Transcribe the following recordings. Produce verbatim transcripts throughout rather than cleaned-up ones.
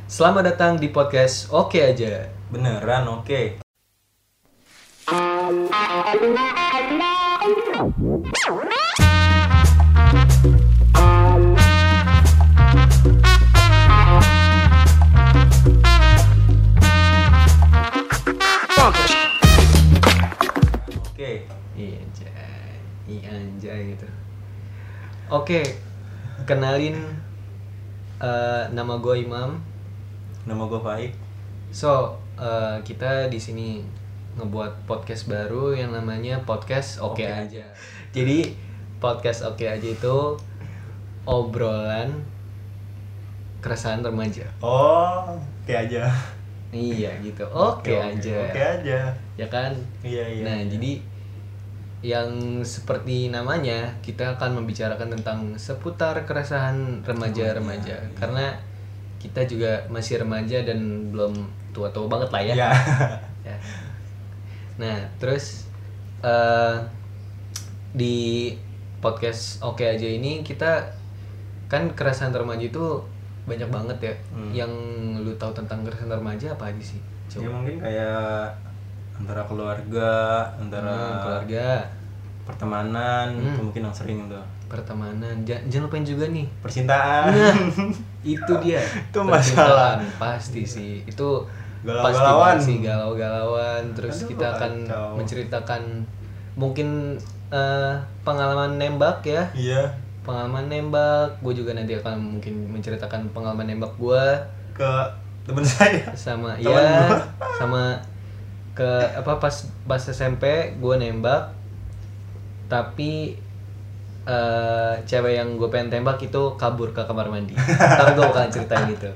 Selamat datang di podcast Oke Aja. Beneran oke. Oke. Iya anjay, iya anjay gitu. Oke, kenalin eh, nama gue Imam. Nama gue Faik. So, eh, kita di sini ngebuat podcast baru yang namanya podcast Oke Oke Aja. Jadi podcast Oke Aja itu obrolan keresahan remaja. Oh, oke aja. Iya gitu. Oke oke, aja. Oke aja. Ya kan? Iya iya. Nah, iya. jadi yang seperti namanya, kita akan membicarakan tentang seputar keresahan remaja-remaja. Remaja, iya. Karena kita juga masih remaja dan belum tua-tua banget lah ya. Iya. Ya. Nah, terus eh, di podcast Oke Aja ini kita kan keresahan remaja itu banyak banget ya. Hmm. Yang lu tahu tentang keresahan remaja apa aja sih? Ya mungkin kayak antara keluarga, antara Hmm, keluarga, pertemanan, Hmm. itu mungkin yang sering tuh. pertemanan, jangan, jangan lupain juga nih. Percintaan. Nah, itu dia. Itu masalah. Percintaan, pasti sih. Itu Galau-galauan. pasti banget sih, galau-galauan. Terus Aduh, kita akan kacau. menceritakan mungkin eh, pengalaman nembak ya. Iya. Pengalaman nembak. Gue juga nanti akan mungkin menceritakan pengalaman nembak gue Ke teman saya. sama Temen ya, gua. sama ke apa pas pas S M P gue nembak, tapi eh cewek yang gue pengen tembak itu kabur ke kamar mandi. Ntar gue bakalan ceritain itu.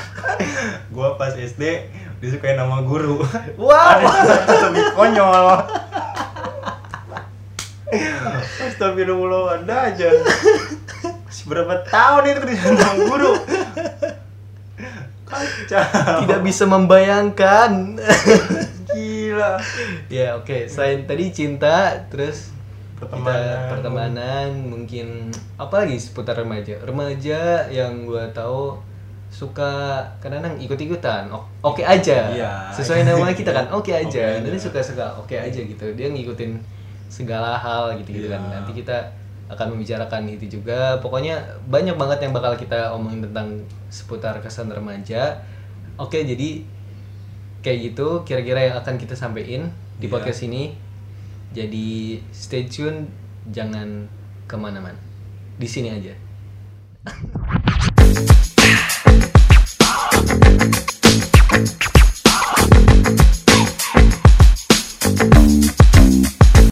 Gua pas S D disukain nama guru. Wow. Lebih konyol. Astagfirullah, ada aja. Berapa tahun itu disukain nama guru? Kacau. Tidak bisa membayangkan. Gila. Ya oke, okay. Selain tadi cinta, terus Pertemanan. kita pertemanan, mungkin apa lagi seputar remaja. Remaja yang gue tahu suka kadang-kadang ikut-ikutan. O- Oke aja. Iya. Sesuai nama kita kan. Oke aja. Oke aja. Nanti suka-suka oke aja gitu. Dia ngikutin segala hal gitu-gitu Iya. kan. Nanti kita akan membicarakan itu juga. Pokoknya banyak banget yang bakal kita omongin tentang seputar kesan remaja. Oke, jadi kayak gitu kira-kira yang akan kita sampein di Iya. podcast ini. Jadi stay tune, jangan kemana-mana. Di sini aja.